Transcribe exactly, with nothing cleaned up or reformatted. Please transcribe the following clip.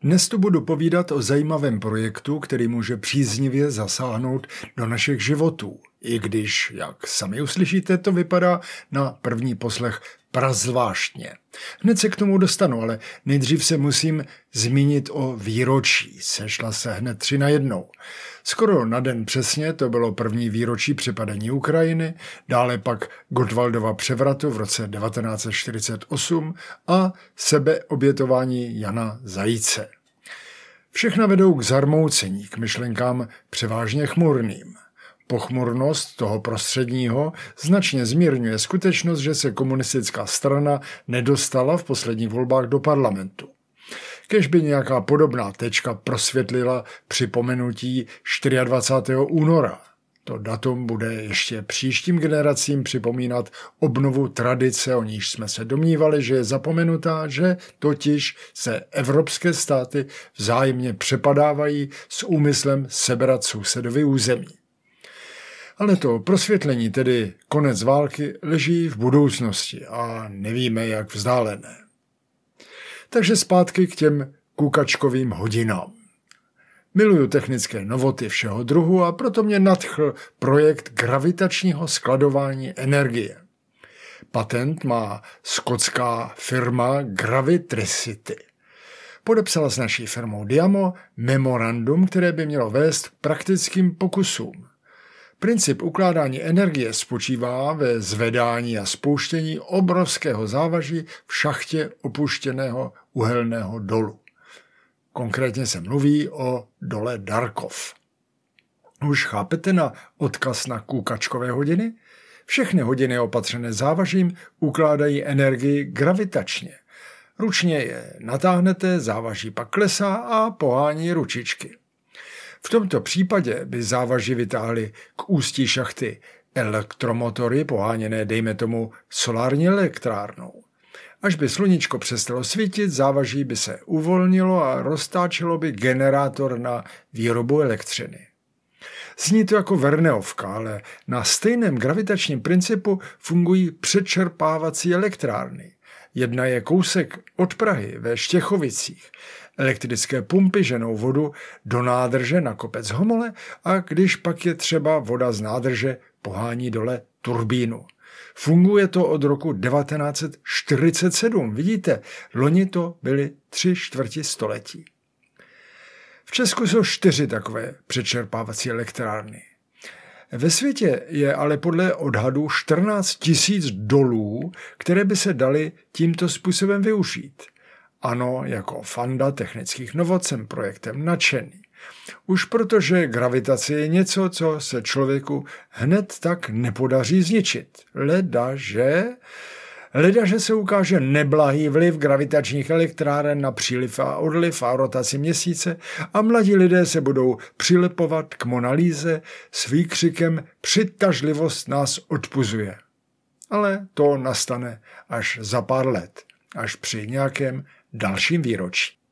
Dnes tu budu povídat o zajímavém projektu, který může příznivě zasáhnout do našich životů, i když, jak sami uslyšíte, to vypadá na první poslech prazvláštně. Hned se k tomu dostanu, ale nejdřív se musím zmínit o výročí. Sešla se hned tři na jednou. Skoro na den přesně to bylo první výročí přepadení Ukrajiny, dále pak Gottwaldova převratu v roce devatenáct set čtyřicet osm a sebeobětování Jana Zajíce. Všechna vedou k zarmoucení, k myšlenkám převážně chmurným. Pochmurnost toho prostředního značně zmírňuje skutečnost, že se komunistická strana nedostala v posledních volbách do parlamentu. Kéž by nějaká podobná tečka prosvětlila připomenutí dvacátého čtvrtého února. To datum bude ještě příštím generacím připomínat obnovu tradice, o níž jsme se domnívali, že je zapomenutá, že totiž se evropské státy vzájemně přepadávají s úmyslem sebrat sousedovi území. Ale to prosvětlení, tedy konec války, leží v budoucnosti a nevíme, jak vzdálené. Takže zpátky k těm kukačkovým hodinám. Miluju technické novoty všeho druhu a proto mě nadchl projekt gravitačního skladování energie. Patent má skotská firma Gravitricity. Podepsala s naší firmou Diamo memorandum, které by mělo vést k praktickým pokusům. Princip ukládání energie spočívá ve zvedání a spouštění obrovského závaží v šachtě opuštěného uhelného dolu. Konkrétně se mluví o dole Darkov. Už chápete na odkaz na kukačkové hodiny? Všechny hodiny opatřené závažím ukládají energii gravitačně. Ručně je natáhnete, závaží pak klesá a pohání ručičky. V tomto případě by závaží vytáhly k ústí šachty elektromotory poháněné, dejme tomu, solární elektrárnou. Až by sluníčko přestalo svítit, závaží by se uvolnilo a roztáčelo by generátor na výrobu elektřiny. Zní to jako Verneovka, ale na stejném gravitačním principu fungují přečerpávací elektrárny. Jedna je kousek od Prahy ve Štěchovicích. Elektrické pumpy ženou vodu do nádrže na kopec Homole a když pak je třeba voda z nádrže, pohání dole turbínu. Funguje to od roku devatenáct set čtyřicet sedm. Vidíte, loni to byly tři čtvrti století. V Česku jsou čtyři takové přečerpávací elektrárny. Ve světě je ale podle odhadů čtrnáct tisíc dolů, které by se daly tímto způsobem využít. Ano, jako fanda technických novot jsem projektem nadšený. Už protože gravitace je něco, co se člověku hned tak nepodaří zničit. Ledaže, ledaže se ukáže neblahý vliv gravitačních elektráren na příliv a odliv a rotaci měsíce a mladí lidé se budou přilepovat k Monalíze s výkřikem "Přitažlivost nás odpuzuje". Ale to nastane až za pár let, až při nějakém dalším výročí.